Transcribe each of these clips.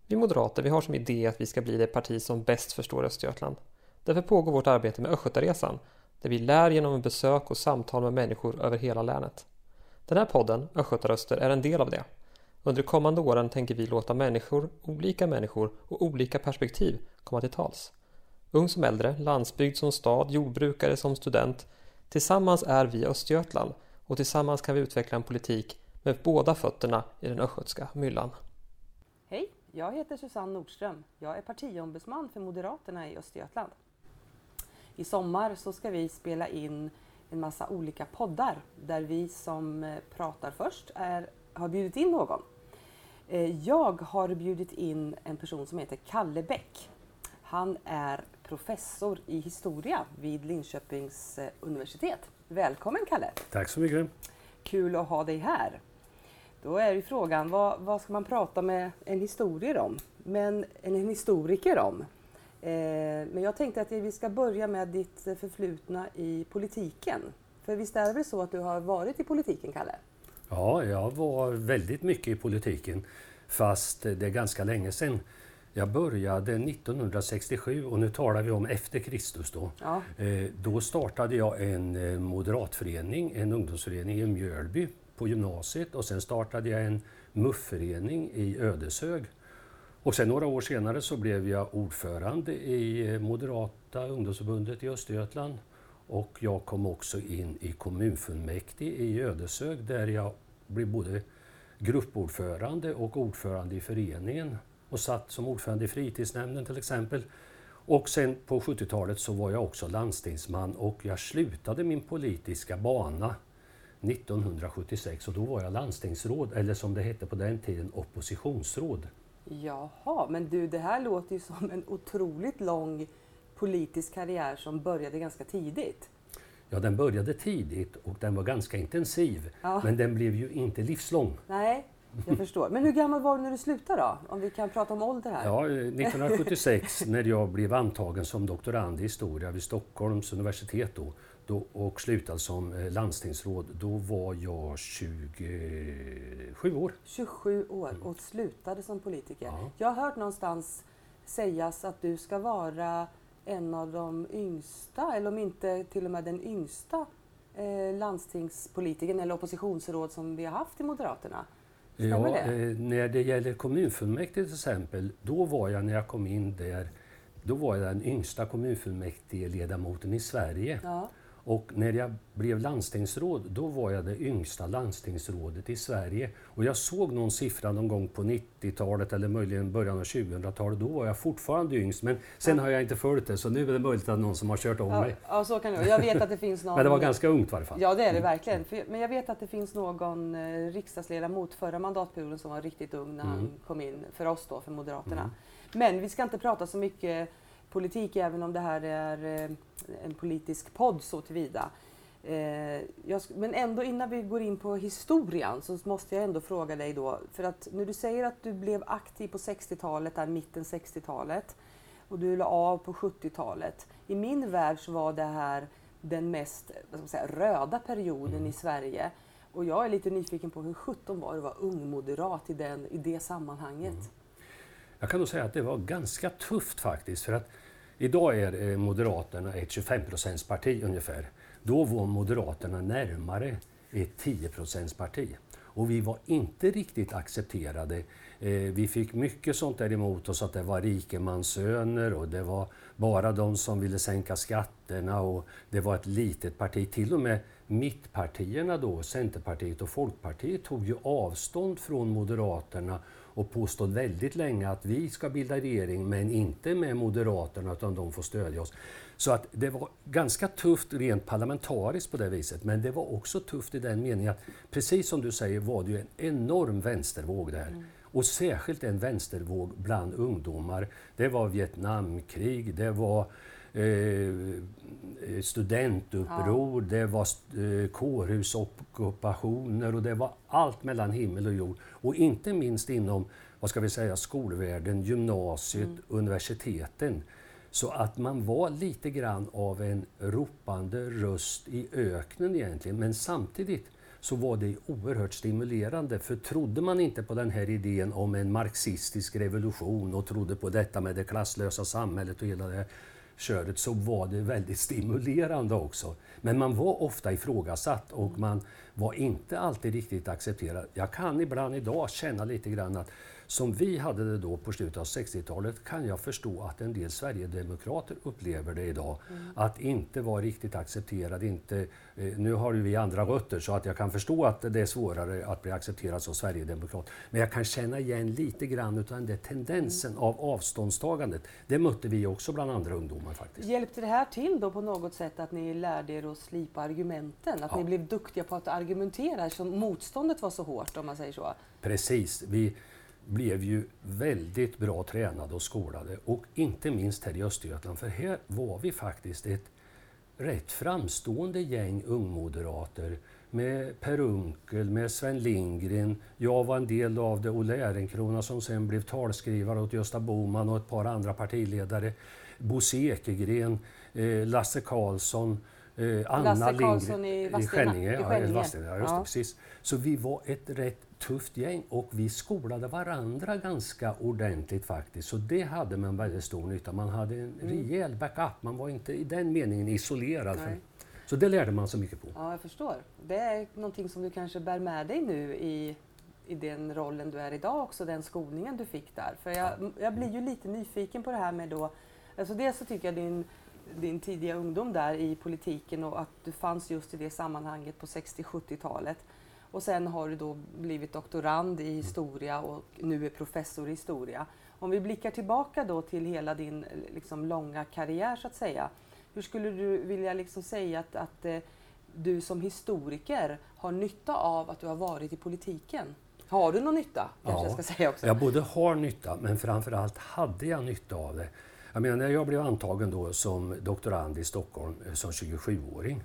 Vi moderater vi har som idé att vi ska bli det parti som bäst förstår Östergötland. Därför pågår vårt arbete med Östgötaresan, där vi lär genom besök och samtal med människor över hela länet. Den här podden, Östgötaröster, är en del av det. Under de kommande åren tänker vi låta människor och olika perspektiv komma till tals. Ung som äldre, landsbygd som stad, jordbrukare som student. Tillsammans är vi Östergötland och tillsammans kan vi utveckla en politik med båda fötterna i den östgötska myllan. Hej, jag heter Susanne Nordström. Jag är partiombudsman för Moderaterna i Östergötland. I sommar så ska vi spela in en massa olika poddar där vi som pratar först har bjudit in någon. Jag har bjudit in en person som heter Kalle Bäck. Han är professor i historia vid Linköpings universitet. Välkommen Kalle! Tack så mycket! Kul att ha dig här. Då är ju frågan, vad ska man prata med en historiker om? Men jag tänkte att vi ska börja med ditt förflutna i politiken. För visst är det väl så att du har varit i politiken, Kalle? Ja, jag var väldigt mycket i politiken, fast det är ganska länge sedan. Jag började 1967 och nu talar vi om efter Kristus då. Ja. Då startade jag en moderatförening, en ungdomsförening i Mjölby på gymnasiet, och sen startade jag en MUF-förening i Ödeshög. Och sen några år senare så blev jag ordförande i Moderata ungdomsförbundet i Östergötland. Och jag kom också in i kommunfullmäktige i Ödeshög där jag blev både gruppordförande och ordförande i föreningen. Och satt som ordförande i fritidsnämnden till exempel. Och sen på 70-talet så var jag också landstingsman och jag slutade min politiska bana 1976 och då var jag landstingsråd, eller som det hette på den tiden, oppositionsråd. Jaha, men du, det här låter ju som en otroligt lång politisk karriär som började ganska tidigt. Ja, den började tidigt och den var ganska intensiv, men den blev ju inte livslång. Nej, jag förstår. Men hur gammal var du när du slutade då? Om vi kan prata om ålder här. Ja, 1976 när jag blev antagen som doktorand i historia vid Stockholms universitet då och slutade som landstingsråd, då var jag 27 år. 27 år och slutade som politiker. Ja. Jag har hört någonstans sägas att du ska vara en av de yngsta, eller om inte till och med den yngsta landstingspolitikern eller oppositionsråd som vi har haft i Moderaterna. Stämmer det? När det gäller kommunfullmäktige till exempel, då var jag när jag kom in där, då var jag den yngsta kommunfullmäktigeledamoten i Sverige. Ja. Och när jag blev landstingsråd, då var jag det yngsta landstingsrådet i Sverige. Och jag såg någon siffra någon gång på 90-talet eller möjligen början av 2000-talet. Då var jag fortfarande yngst, men sen har jag inte följt det. Så nu är det möjligt att någon som har kört om mig. Ja, så kan det vara. Jag vet att det finns någon... Men det var ganska ungt i varje fall. Ja, det är det verkligen. Men jag vet att det finns någon riksdagsledamot förra mandatperioden som var riktigt ung när han kom in för oss då, för Moderaterna. Men vi ska inte prata så mycket politik, även om det här är en politisk podd så tillvida. Men ändå innan vi går in på historien så måste jag ändå fråga dig då, för att när du säger att du blev aktiv på 60-talet, där mitten 60-talet, och du la av på 70-talet. I min värld så var det här den mest röda perioden i Sverige. Och jag är lite nyfiken på hur 17 var att vara ung moderat i det sammanhanget. Jag kan nog säga att det var ganska tufft faktiskt, för att idag är Moderaterna ett 25% parti ungefär. Då var Moderaterna närmare ett 10% parti. Och vi var inte riktigt accepterade. Vi fick mycket sånt där emot oss, att det var rikemansöner och det var bara de som ville sänka skatterna och det var ett litet parti. Till och med mittpartierna då, Centerpartiet och Folkpartiet, tog ju avstånd från Moderaterna och påstod väldigt länge att vi ska bilda regering men inte med Moderaterna utan de får stödja oss. Så att det var ganska tufft rent parlamentariskt på det viset, men det var också tufft i den meningen att precis som du säger var det ju en enorm vänstervåg där. Och särskilt en vänstervåg bland ungdomar. Det var Vietnamkrig, det var studentuppror, det var kårhusockupationer och det var allt mellan himmel och jord. Och inte minst inom, vad ska vi säga, skolvärlden, gymnasiet, universiteten. Så att man var lite grann av en ropande röst i öknen egentligen, men samtidigt så var det oerhört stimulerande. För trodde man inte på den här idén om en marxistisk revolution och trodde på detta med det klasslösa samhället och hela det här köret, så var det väldigt stimulerande också. Men man var ofta ifrågasatt och man var inte alltid riktigt accepterad. Jag kan ibland idag känna lite grann att som vi hade det då på slutet av 60-talet kan jag förstå att en del Sverigedemokrater upplever det idag. Att inte vara riktigt accepterad. Nu har ju vi andra rötter så att jag kan förstå att det är svårare att bli accepterad som Sverigedemokrat. Men jag kan känna igen lite grann av den tendensen av avståndstagandet. Det mötte vi också bland andra ungdomar faktiskt. Hjälpte det här till då på något sätt att ni lärde er att slipa argumenten? Att ni blev duktiga på att argumentera så motståndet var så hårt om man säger så? Precis. Vi blev ju väldigt bra tränade och skolade och inte minst här i Östergötland, för här var vi faktiskt ett rätt framstående gäng ungmoderater med Per Unckel, med Sven Lindgren. Jag var en del av det, Olle Ehrenkrona som sen blev talskrivare åt Gösta Bohman och ett par andra partiledare. Bosse Ekegren, Lasse Karlsson, Anna Lasse Karlsson Lindgren i Skänninge. Precis. Så vi var ett rätt tufft gäng och vi skolade varandra ganska ordentligt faktiskt. Så det hade man väldigt stor nytta. Man hade en rejäl backup. Man var inte i den meningen isolerad. Så det lärde man så mycket på. Ja, jag förstår. Det är någonting som du kanske bär med dig nu i den rollen du är idag också, den skolningen du fick där. För jag blir ju lite nyfiken på det här med då, alltså dels så tycker jag din tidiga ungdom där i politiken och att du fanns just i det sammanhanget på 60-70-talet. Och sen har du då blivit doktorand i historia och nu är professor i historia. Om vi blickar tillbaka då till hela din liksom långa karriär så att säga. Hur skulle du vilja liksom säga att du som historiker har nytta av att du har varit i politiken? Har du någon nytta? Jag ska säga också. Jag både har nytta men framförallt hade jag nytta av det. Jag menar, när jag blev antagen då som doktorand i Stockholm som 27-åring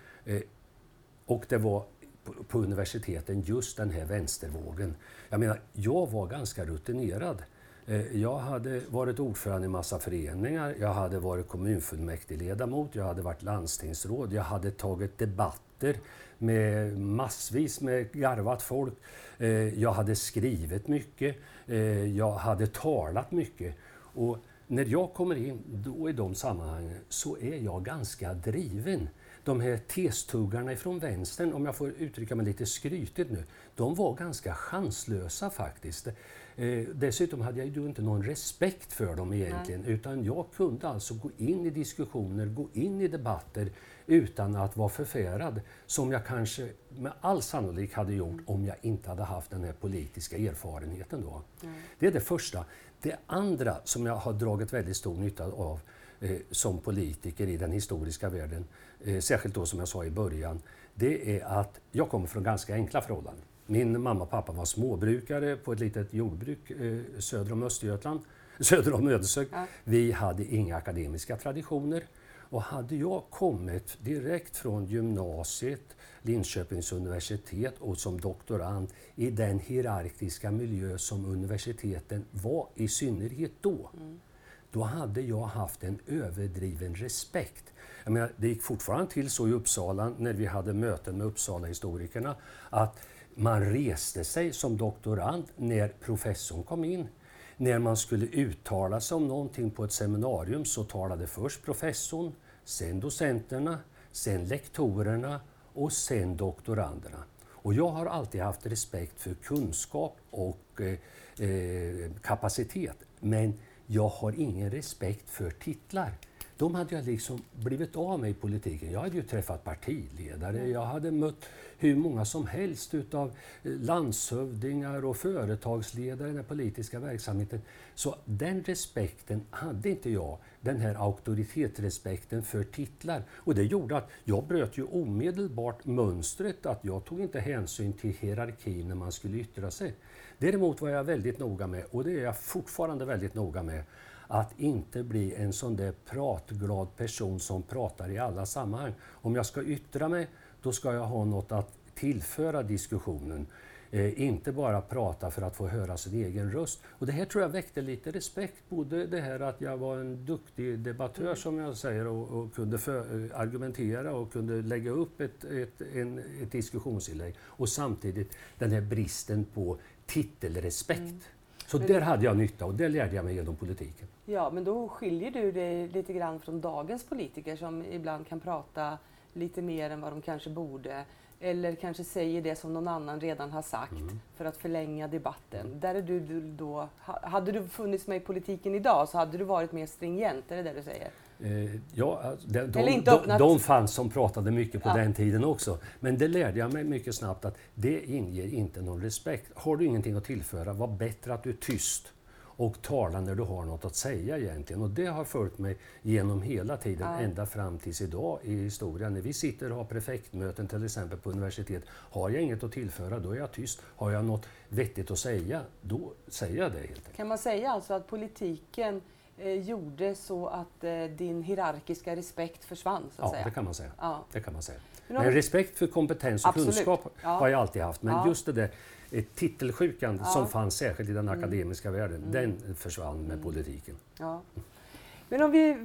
och det var på universiteten just den här vänstervågen. Jag menar, jag var ganska rutinerad. Jag hade varit ordförande i massa föreningar, jag hade varit kommunfullmäktigeledamot, jag hade varit landstingsråd, jag hade tagit debatter med massvis med garvat folk. Jag hade skrivit mycket, jag hade talat mycket. Och när jag kommer in då i de sammanhangen så är jag ganska driven. De här testuggarna ifrån vänstern, om jag får uttrycka mig lite skrytigt nu, de var ganska chanslösa faktiskt. Dessutom hade jag ju inte någon respekt för dem egentligen, utan jag kunde alltså gå in i diskussioner, gå in i debatter utan att vara förfärad, som jag kanske med all sannolik hade gjort om jag inte hade haft den här politiska erfarenheten då. Det är det första. Det andra som jag har dragit väldigt stor nytta av som politiker i den historiska världen, särskilt då som jag sa i början, det är att jag kommer från ganska enkla förhållanden. Min mamma och pappa var småbrukare på ett litet jordbruk söder om Östergötland, söder om Ödeshög. Vi hade inga akademiska traditioner. Och hade jag kommit direkt från gymnasiet, Linköpings universitet och som doktorand i den hierarkiska miljö som universiteten var i synnerhet då hade jag haft en överdriven respekt. Jag menar, det gick fortfarande till så i Uppsala när vi hade möten med Uppsala-historikerna att man reste sig som doktorand när professorn kom in. När man skulle uttala sig om någonting på ett seminarium så talade först professorn, sen docenterna, sen lektorerna och sen doktoranderna. Och jag har alltid haft respekt för kunskap och kapacitet, men jag har ingen respekt för titlar. De hade jag liksom blivit av med i politiken. Jag hade ju träffat partiledare, jag hade mött hur många som helst utav landshövdingar och företagsledare i den politiska verksamheten. Så den respekten hade inte jag, den här auktoritetsrespekten för titlar. Och det gjorde att jag bröt ju omedelbart mönstret att jag tog inte hänsyn till hierarkin när man skulle yttra sig. Däremot var jag väldigt noga med, och det är jag fortfarande väldigt noga med, att inte bli en sån där pratglad person som pratar i alla sammanhang. Om jag ska yttra mig, då ska jag ha något att tillföra diskussionen. Inte bara prata för att få höra sin egen röst. Och det här tror jag väckte lite respekt. Både det här att jag var en duktig debattör som jag säger och kunde argumentera och kunde lägga upp ett diskussionsinlägg. Och samtidigt den här bristen på titelrespekt. Så där hade jag nytta och det lärde jag mig genom politiken. Ja, men då skiljer du dig lite grann från dagens politiker som ibland kan prata lite mer än vad de kanske borde. Eller kanske säger det som någon annan redan har sagt för att förlänga debatten. Där är du då, hade du funnits med i politiken idag så hade du varit mer stringent, är det du säger? Ja, de fanns som pratade mycket på den tiden också. Men det lärde jag mig mycket snabbt att det inger inte någon respekt. Har du ingenting att tillföra, var bättre att du är tyst och tala när du har något att säga egentligen. Och det har följt mig genom hela tiden, ända fram tills idag i historien. När vi sitter och har prefektmöten till exempel på universitet, har jag inget att tillföra, då är jag tyst. Har jag något vettigt att säga, då säger jag det helt enkelt. Kan man säga alltså att politiken gjorde så att din hierarkiska respekt försvann? Så att säga? Det kan man säga. Ja. Det kan man säga. Men respekt för kompetens och kunskap har jag alltid haft. Men just det där titelsjukan som fanns särskilt i den akademiska världen, den försvann med politiken. Ja. Men om vi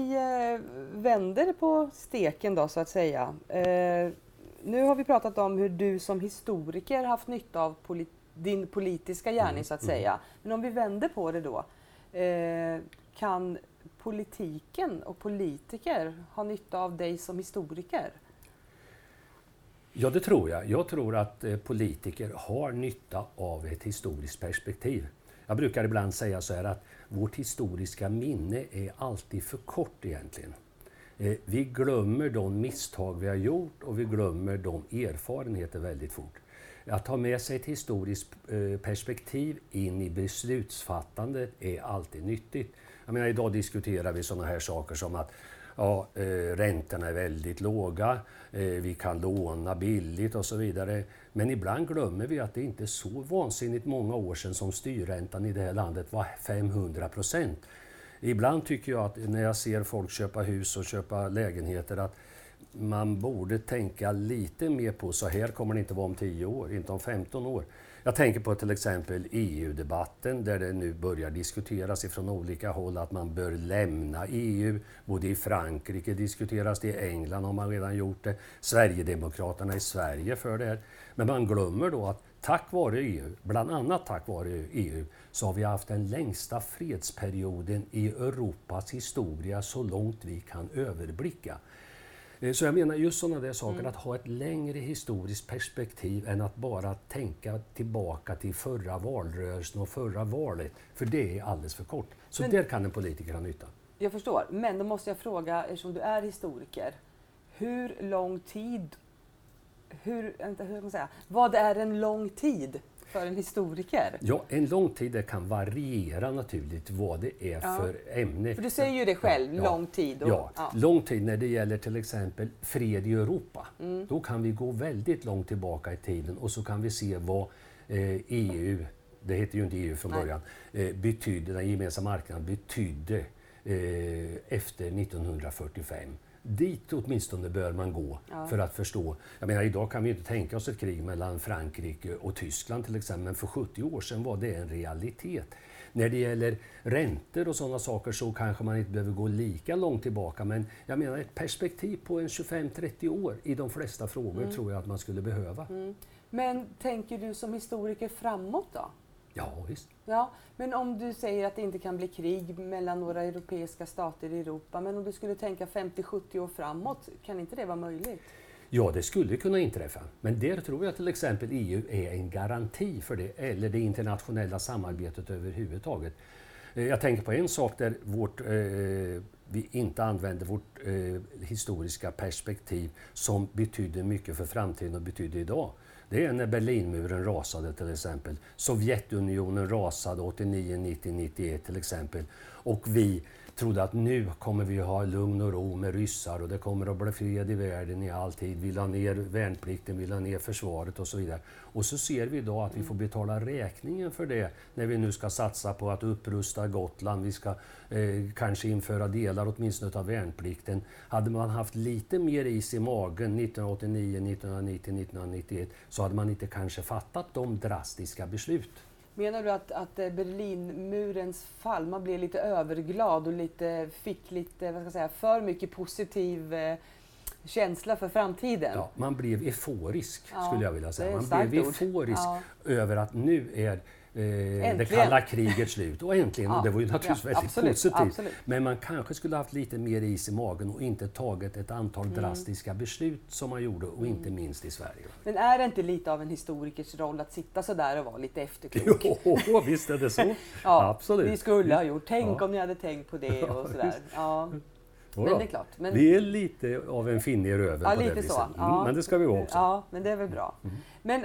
vänder på steken då så att säga. Nu har vi pratat om hur du som historiker haft nytta av din politiska gärning så att säga. Men om vi vänder på det då. Kan politiken och politiker ha nytta av dig som historiker? Ja, det tror jag. Jag tror att politiker har nytta av ett historiskt perspektiv. Jag brukar ibland säga så här att vårt historiska minne är alltid för kort egentligen. Vi glömmer de misstag vi har gjort och vi glömmer de erfarenheter väldigt fort. Att ta med sig ett historiskt perspektiv in i beslutsfattandet är alltid nyttigt. Jag menar, idag diskuterar vi sådana här saker som att räntorna är väldigt låga, vi kan låna billigt och så vidare. Men ibland glömmer vi att det inte är så vansinnigt många år sedan som styrräntan i det här landet var 500%. Ibland tycker jag att när jag ser folk köpa hus och köpa lägenheter att man borde tänka lite mer på så här kommer det inte vara om 10 år, inte om 15 år. Jag tänker på till exempel EU-debatten där det nu börjar diskuteras ifrån olika håll att man bör lämna EU. Både i Frankrike diskuteras det, i England har man redan gjort det. Sverigedemokraterna i Sverige för det här. Men man glömmer då att tack vare EU, bland annat tack vare EU, så har vi haft den längsta fredsperioden i Europas historia så långt vi kan överblicka. Så jag menar just sådana där saker, att ha ett längre historiskt perspektiv än att bara tänka tillbaka till förra valrörelsen och förra valet. För det är alldeles för kort. Så där kan en politiker ha nytta. Jag förstår, men då måste jag fråga, eftersom du är historiker, hur lång tid, vad är en lång tid för en historiker? Ja, en lång tid det kan variera naturligt vad det är för ämne. För du säger ju det själv, lång tid. Och, lång tid när det gäller till exempel fred i Europa. Då kan vi gå väldigt långt tillbaka i tiden och så kan vi se vad EU, det heter ju inte EU från början, betydde, den gemensamma marknaden betydde efter 1945. Dit åtminstone bör man gå för att förstå. Jag menar, idag kan vi inte tänka oss ett krig mellan Frankrike och Tyskland till exempel, men för 70 år sedan var det en realitet. När det gäller räntor och sådana saker så kanske man inte behöver gå lika långt tillbaka, men jag menar ett perspektiv på en 25-30 år i de flesta frågor tror jag att man skulle behöva. Men tänker du som historiker framåt då? Ja, visst. Ja, men om du säger att det inte kan bli krig mellan några europeiska stater i Europa, men om du skulle tänka 50-70 år framåt, kan inte det vara möjligt? Ja, det skulle kunna inträffa. Men där tror jag till exempel EU är en garanti för det, eller det internationella samarbetet överhuvudtaget. Jag tänker på en sak där vi inte använder vårt historiska perspektiv som betyder mycket för framtiden och betyder idag. Det är när Berlinmuren rasade till exempel. Sovjetunionen rasade 89, 90, 91 till exempel. Och vi trodde att nu kommer vi ha lugn och ro med ryssar och det kommer att bli fred i världen i all tid. Vi la ner värnplikten, vi la ner försvaret och så vidare. Och så ser vi idag att vi får betala räkningen för det när vi nu ska satsa på att upprusta Gotland. Vi ska kanske införa delar åtminstone av värnplikten. Hade man haft lite mer is i magen 1989, 1990, 1991 så hade man inte kanske fattat de drastiska beslut. Menar du att Berlinmurens fall, man blev lite överglad och fick lite, vad ska jag säga, för mycket positiv känsla för framtiden? Ja, man blev euforisk skulle jag vilja säga. Man blev euforisk över att nu är det kalla kriget slut. Och äntligen, och det var ju naturligtvis väldigt positivt. Absolut. Men man kanske skulle haft lite mer is i magen och inte tagit ett antal drastiska beslut som man gjorde, och inte minst i Sverige. Men är det inte lite av en historikers roll att sitta så där och vara lite efterklok? Jo, visst är det så. Absolut. Vi skulle ha gjort. Tänk om ni hade tänkt på det och sådär. Ja. Men det är klart. Men vi är lite av en finne i röven på det viset. Men det ska vi vara också. Ja, men det är väl bra. Men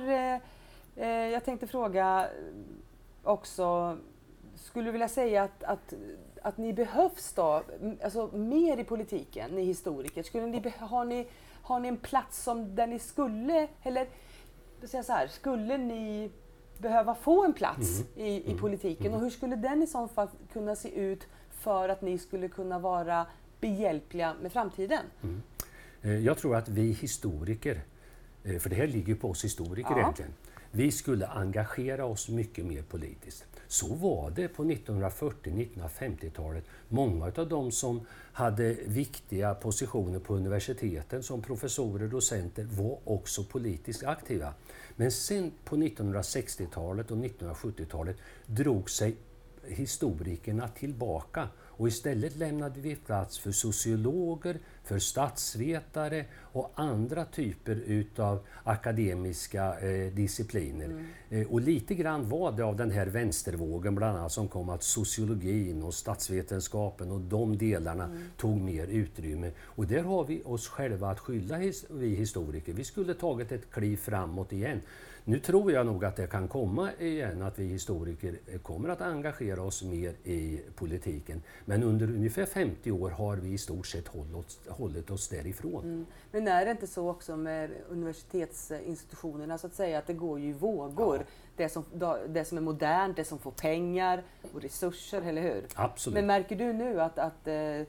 jag tänkte fråga också, skulle du vilja säga att ni behövs då, alltså mer i politiken, ni historiker? Har ni en plats där ni skulle, eller säga så här, skulle ni behöva få en plats i politiken? Och hur skulle den i så fall kunna se ut för att ni skulle kunna vara behjälpliga med framtiden? Jag tror att vi historiker, för det här ligger på oss historiker egentligen, vi skulle engagera oss mycket mer politiskt. Så var det på 1940-1950-talet. Många av de som hade viktiga positioner på universiteten som professorer och docenter var också politiskt aktiva. Men sen på 1960-talet och 1970-talet drog sig historikerna tillbaka. Och istället lämnade vi plats för sociologer, för statsvetare och andra typer utav akademiska discipliner. Och lite grann var det av den här vänstervågen bland annat som kom att sociologin och statsvetenskapen och de delarna tog mer utrymme. Och där har vi oss själva att skylla, vi historiker. Vi skulle tagit ett kliv framåt igen. Nu tror jag nog att det kan komma igen, att vi historiker kommer att engagera oss mer i politiken. Men under ungefär 50 år har vi i stort sett hållit oss därifrån. Men är det inte så också med universitetsinstitutionerna så att säga, att det går ju i vågor? Ja. Det som är modernt, det som får pengar och resurser, eller hur? Absolut. Men märker du nu att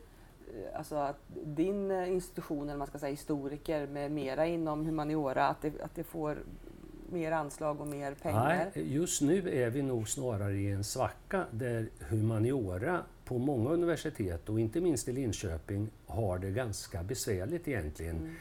din institution, eller man ska säga historiker med mera inom humaniora, att det får mer anslag och mer pengar? Nej, just nu är vi nog snarare i en svacka där humaniora på många universitet och inte minst i Linköping har det ganska besvärligt egentligen.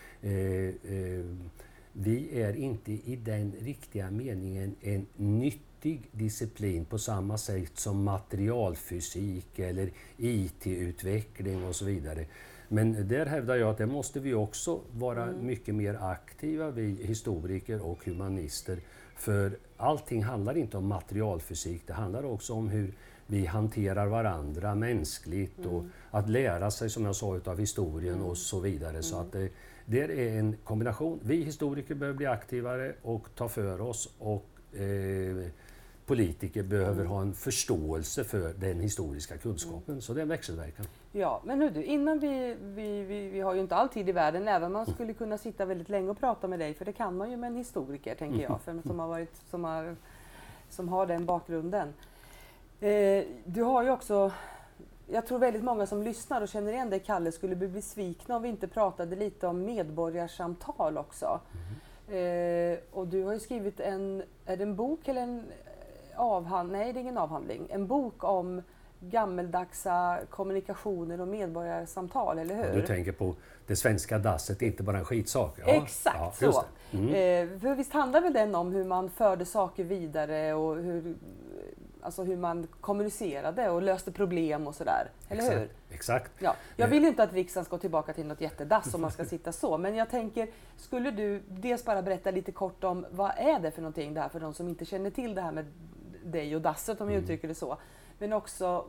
Vi är inte i den riktiga meningen en nyttig disciplin på samma sätt som materialfysik eller IT-utveckling och så vidare. Men där hävdar jag att det måste vi också vara mycket mer aktiva, vi historiker och humanister. För allting handlar inte om materialfysik, det handlar också om hur vi hanterar varandra mänskligt och att lära sig, som jag sa, av historien och så vidare. Så att det är en kombination. Vi historiker behöver bli aktivare och ta för oss, och politiker behöver ha en förståelse för den historiska kunskapen. Så det är en växelverkan. Ja, men nu innan vi har ju inte all tid i världen, även om man skulle kunna sitta väldigt länge och prata med dig, för det kan man ju med en historiker, tänker jag, för som har den bakgrunden. Du har ju också, jag tror väldigt många som lyssnar och känner igen dig, Kalle, skulle bli besvikna om vi inte pratade lite om medborgarsamtal också. Och du har ju skrivit är det en bok eller en avhandling? Nej, det är ingen avhandling. En bok om gammeldagsa kommunikationer och medborgarsamtal, eller hur? Du tänker på det svenska dasset, inte bara en skitsak. Ja, exakt så. För visst handlar väl den om hur man förde saker vidare och hur man kommunicerade och löste problem och sådär, eller hur? Exakt. Ja, jag vill inte att riksdagen ska tillbaka till något jättedass om man ska sitta så, men jag tänker, skulle du dels bara berätta lite kort om vad är det för någonting där för de som inte känner till det här med dig och dasset, om jag uttrycker det så, men också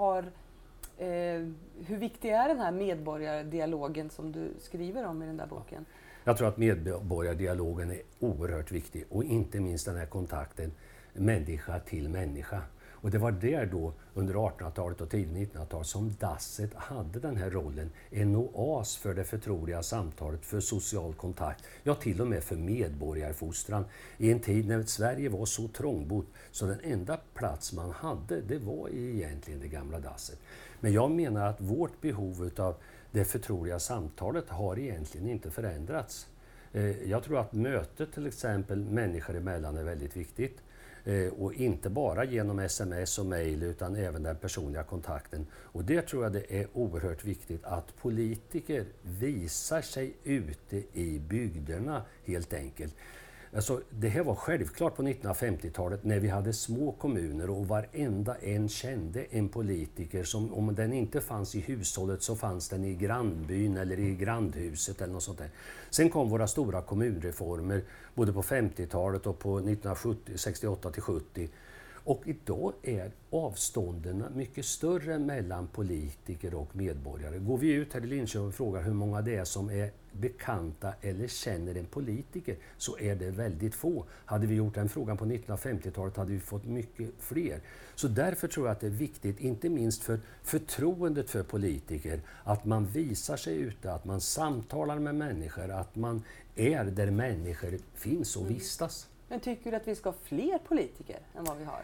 hur viktig är den här medborgardialogen som du skriver om i den där boken? Jag tror att medborgardialogen är oerhört viktig, och inte minst den här kontakten människa till människa. Och det var där då under 1800-talet och tidigt 1900-tal som dasset hade den här rollen. En oas för det förtroliga samtalet, för social kontakt, ja till och med för medborgarfostran. I en tid när Sverige var så trångbott så den enda plats man hade, det var egentligen det gamla dasset. Men jag menar att vårt behov av det förtroliga samtalet har egentligen inte förändrats. Jag tror att mötet till exempel människor emellan är väldigt viktigt. Och inte bara genom sms och mejl utan även den personliga kontakten. Och det tror jag det är oerhört viktigt att politiker visar sig ute i bygderna helt enkelt. Alltså, det här var självklart på 1950-talet när vi hade små kommuner och varenda en kände en politiker som om den inte fanns i hushållet så fanns den i grannbyn eller i grannhuset eller något sånt där. Sen kom våra stora kommunreformer både på 50-talet och på 1968 till 70. Och idag är avstånden mycket större mellan politiker och medborgare. Går vi ut här i Linköping och frågar hur många det är som är bekanta eller känner en politiker så är det väldigt få. Hade vi gjort den frågan på 1950-talet hade vi fått mycket fler. Så därför tror jag att det är viktigt, inte minst för förtroendet för politiker, att man visar sig ute, att man samtalar med människor, att man är där människor finns och vistas. Men tycker du att vi ska ha fler politiker än vad vi har?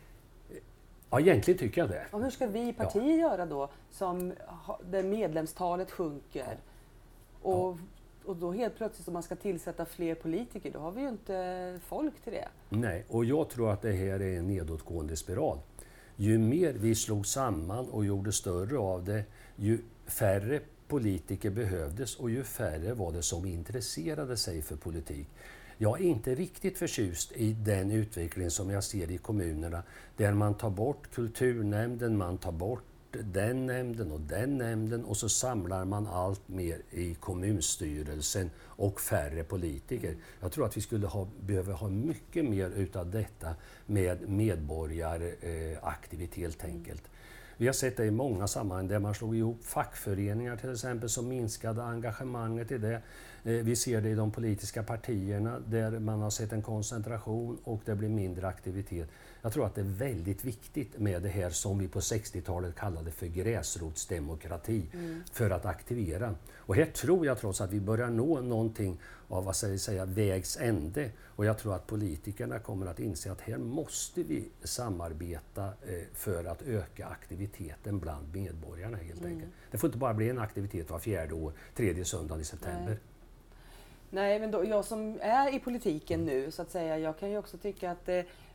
Ja, egentligen tycker jag det. Och hur ska vi i partier göra då, där medlemstalet sjunker? Och då helt plötsligt om man ska tillsätta fler politiker, då har vi ju inte folk till det. Nej, och jag tror att det här är en nedåtgående spiral. Ju mer vi slog samman och gjorde större av det, ju färre politiker behövdes och ju färre var det som intresserade sig för politik. Jag är inte riktigt förtjust i den utveckling som jag ser i kommunerna där man tar bort kulturnämnden, man tar bort den nämnden och så samlar man allt mer i kommunstyrelsen och färre politiker. Jag tror att vi behöver ha mycket mer utav detta med medborgaraktivitet helt enkelt. Vi har sett det i många sammanhang där man slog ihop fackföreningar till exempel som minskade engagemanget i det. Vi ser det i de politiska partierna där man har sett en koncentration och det blir mindre aktivitet. Jag tror att det är väldigt viktigt med det här som vi på 60-talet kallade för gräsrotsdemokrati för att aktivera. Och här tror jag trots att vi börjar nå någonting av vägs ände. Och jag tror att politikerna kommer att inse att här måste vi samarbeta för att öka aktiviteten bland medborgarna helt enkelt. Det får inte bara bli en aktivitet var 4:e år, 3:e söndagen i september. Nej, men då, jag som är i politiken nu så att säga, jag kan ju också tycka att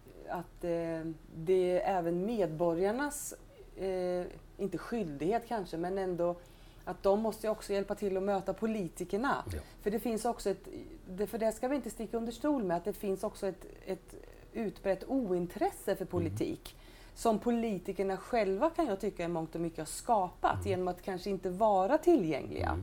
det är även medborgarnas, inte skyldighet kanske, men ändå att de måste också hjälpa till att möta politikerna. Ja. För det finns också för det ska vi inte sticka under stol med, att det finns också ett utbrett ointresse för politik. Som politikerna själva kan jag tycka i mångt och mycket har skapat genom att kanske inte vara tillgängliga.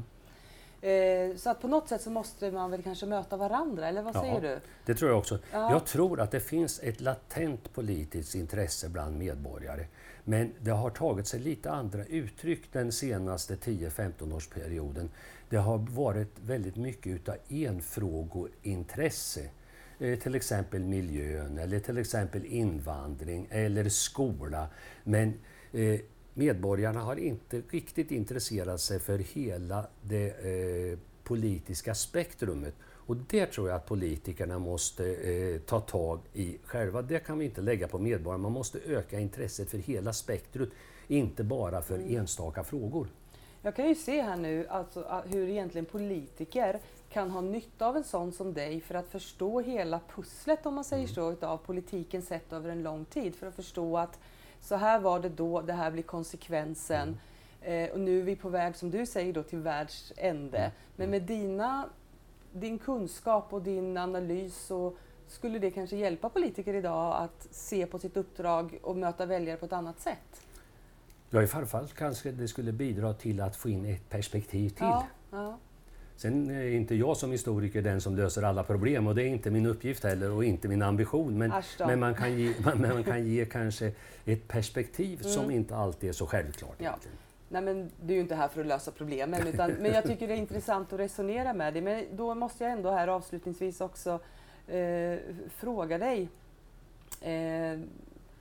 Så att på något sätt så måste man väl kanske möta varandra, eller vad säger du? Det tror jag också. Ja. Jag tror att det finns ett latent politiskt intresse bland medborgare. Men det har tagit sig lite andra uttryck den senaste 10-15-årsperioden. Det har varit väldigt mycket utav enfrågointresse. Till exempel miljön, eller till exempel invandring, eller skola. Men medborgarna har inte riktigt intresserat sig för hela det politiska spektrumet. Och det tror jag att politikerna måste ta tag i själva. Det kan vi inte lägga på medborgarna. Man måste öka intresset för hela spektrumet, inte bara för enstaka frågor. Jag kan ju se här nu alltså, hur egentligen politiker kan ha nytta av en sån som dig för att förstå hela pusslet, om man säger så, utav politiken sett över en lång tid. För att förstå att så här var det då, det här blir konsekvensen. Och nu är vi på väg, som du säger, då, till världs ände. Men med din kunskap och din analys så skulle det kanske hjälpa politiker idag att se på sitt uppdrag och möta väljare på ett annat sätt. Ja, i alla fall kanske det skulle bidra till att få in ett perspektiv till. Ja. Sen är inte jag som historiker den som löser alla problem och det är inte min uppgift heller och inte min ambition. Men man kan ge kanske ett perspektiv som inte alltid är så självklart. Ja. Nej, men du är ju inte här för att lösa problemen, men jag tycker det är intressant att resonera med dig. Men då måste jag ändå här avslutningsvis också fråga dig.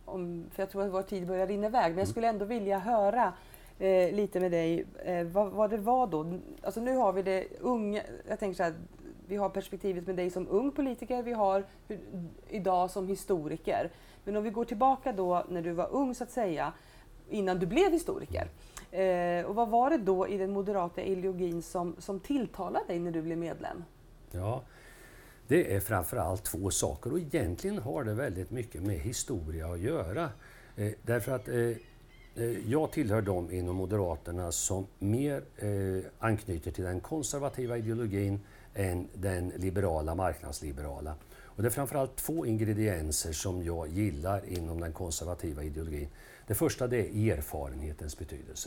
för jag tror att vår tid börjar rinna iväg, men jag skulle ändå vilja höra lite med dig vad det var då. Alltså nu har vi det unga, jag tänker så här, vi har perspektivet med dig som ung politiker, vi har idag som historiker. Men om vi går tillbaka då när du var ung så att säga, innan du blev historiker. Och vad var det då i den moderata ideologin som tilltalade dig när du blev medlem? Ja, det är framförallt två saker och egentligen har det väldigt mycket med historia att göra. Därför att jag tillhör dem inom Moderaterna som mer anknyter till den konservativa ideologin än den liberala, marknadsliberala. Och det är framförallt två ingredienser som jag gillar inom den konservativa ideologin. Det första det är erfarenhetens betydelse.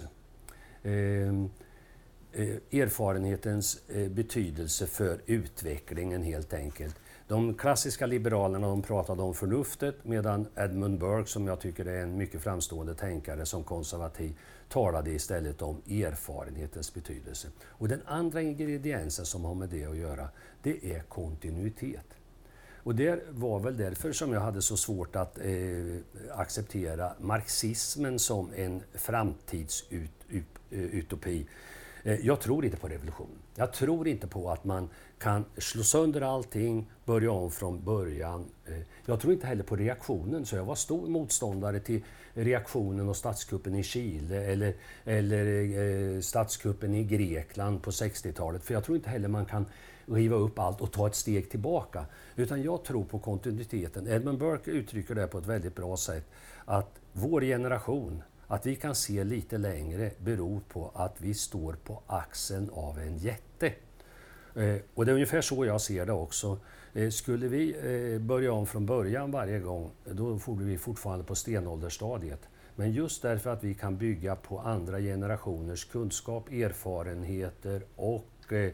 Erfarenhetens betydelse för utvecklingen helt enkelt. De klassiska liberalerna de pratade om förnuftet medan Edmund Burke, som jag tycker är en mycket framstående tänkare som konservativ, talade istället om erfarenhetens betydelse. Och den andra ingrediensen som har med det att göra, det är kontinuitet. Och det var väl därför som jag hade så svårt att acceptera marxismen som en framtidsutopi. Jag tror inte på revolution. Jag tror inte på att man kan slå sönder allting, börja om från början. Jag tror inte heller på reaktionen, så jag var stor motståndare till reaktionen och statskuppen i Chile eller statskuppen i Grekland på 60-talet. För jag tror inte heller man kan riva upp allt och ta ett steg tillbaka. Utan jag tror på kontinuiteten. Edmund Burke uttrycker det på ett väldigt bra sätt. Att vår generation, att vi kan se lite längre, beror på att vi står på axeln av en jätte. Och det är ungefär så jag ser det också. Skulle vi börja om från början varje gång, då får vi fortfarande på stenåldersstadiet. Men just därför att vi kan bygga på andra generationers kunskap, erfarenheter och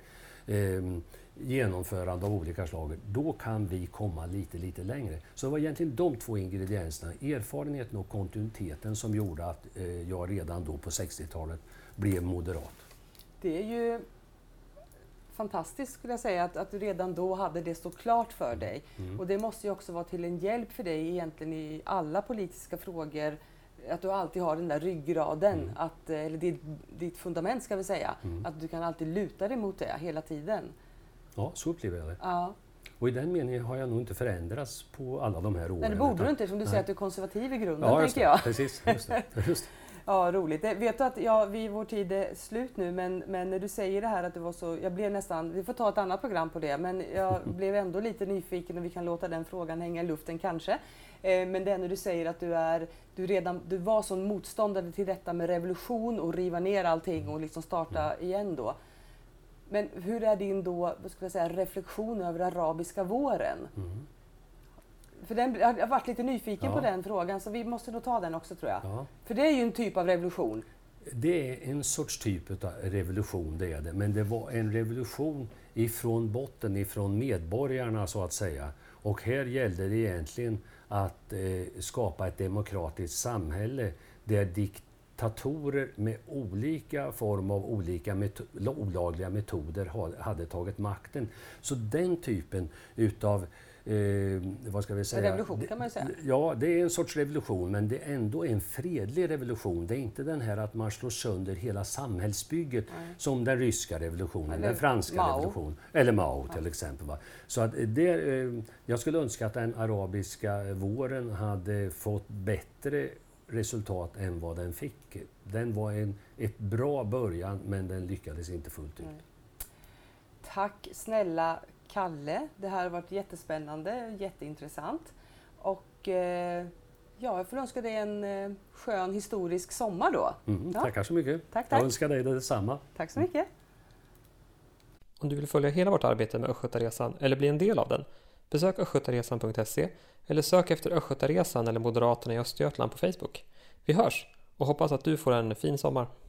genomförande av olika slag, då kan vi komma lite längre. Så det var egentligen de två ingredienserna, erfarenheten och kontinuiteten, som gjorde att jag redan då på 60-talet blev moderat. Det är ju fantastiskt skulle jag säga att du redan då hade det så klart för dig. Och det måste ju också vara till en hjälp för dig egentligen i alla politiska frågor, att du alltid har den där ryggraden, eller ditt fundament ska vi säga, att du kan alltid luta dig mot det hela tiden. Ja, så upplever jag det. Ja. Och i den meningen har jag nog inte förändrats på alla de här åren. Nej, det borde du inte, som du säger att du är konservativ i grunden, ja, tänker jag. Precis, just det. Ja, roligt. Vet du att vår tid är slut nu, men när du säger det här att du var så, jag blev nästan, vi får ta ett annat program på det, men jag blev ändå lite nyfiken och vi kan låta den frågan hänga i luften kanske. Men det är när du säger att du var sån motståndare till detta med revolution och riva ner allting och liksom starta igen då. Men hur är din då, vad ska jag säga, reflektion över arabiska våren? För jag har varit lite nyfiken på den frågan, så vi måste nog ta den också, tror jag. Ja. För det är ju en typ av revolution. Det är en sorts typ av revolution, det är det. Men det var en revolution ifrån botten, ifrån medborgarna så att säga. Och här gällde det egentligen att skapa ett demokratiskt samhälle där diktatorer med olika form av olika olagliga metoder hade tagit makten. Så den typen utav vad ska vi säga? Revolution kan man säga. Ja, det är en sorts revolution, men det är ändå en fredlig revolution. Det är inte den här att man slår sönder hela samhällsbygget som den ryska revolutionen, eller den franska revolutionen, eller Mao till exempel. Va? Så att jag skulle önska att den arabiska våren hade fått bättre resultat än vad den fick. Den var ett bra början, men den lyckades inte fullt ut. Tack snälla Kalle, det här har varit jättespännande, jätteintressant. Och jag får önska dig en skön historisk sommar då. Tackar så mycket. Tack. Jag önskar dig detsamma. Tack så mycket. Om du vill följa hela vårt arbete med Östgötaresan eller bli en del av den, besök östgötaresan.se eller sök efter Östgötaresan eller Moderaterna i Östergötland på Facebook. Vi hörs och hoppas att du får en fin sommar.